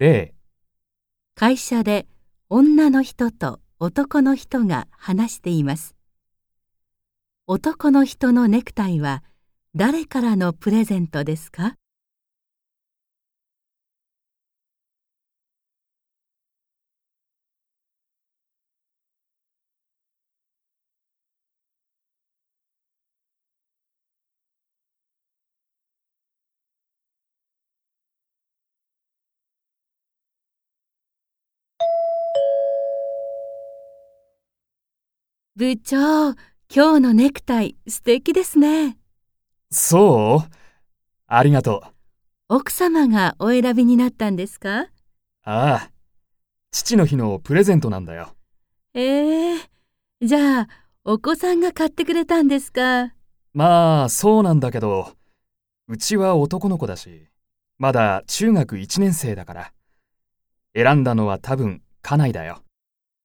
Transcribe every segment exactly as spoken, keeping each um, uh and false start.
例、 会社で女の人と男の人が話しています。男の人のネクタイは誰からのプレゼントですか？部長、今日のネクタイ素敵ですね。 そう？ありがとう。 奥様がお選びになったんですか？ ああ、父の日のプレゼントなんだよ。 ええ、じゃあ、お子さんが買ってくれたんですか？ まあ、そうなんだけど、うちは男の子だし、まだ中学いちねん生だから。選んだのは多分、家内だよ。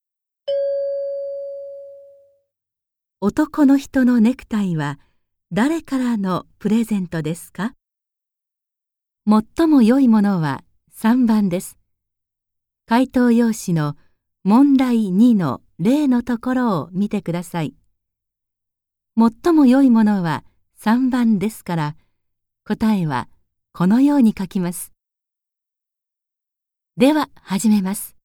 男の人のネクタイは誰からのプレゼントですか？最も良いものはさんばんです。回答用紙の問題にの例のところを見てください。最も良いものはさんばんですから、答えはこのように書きます。では始めます。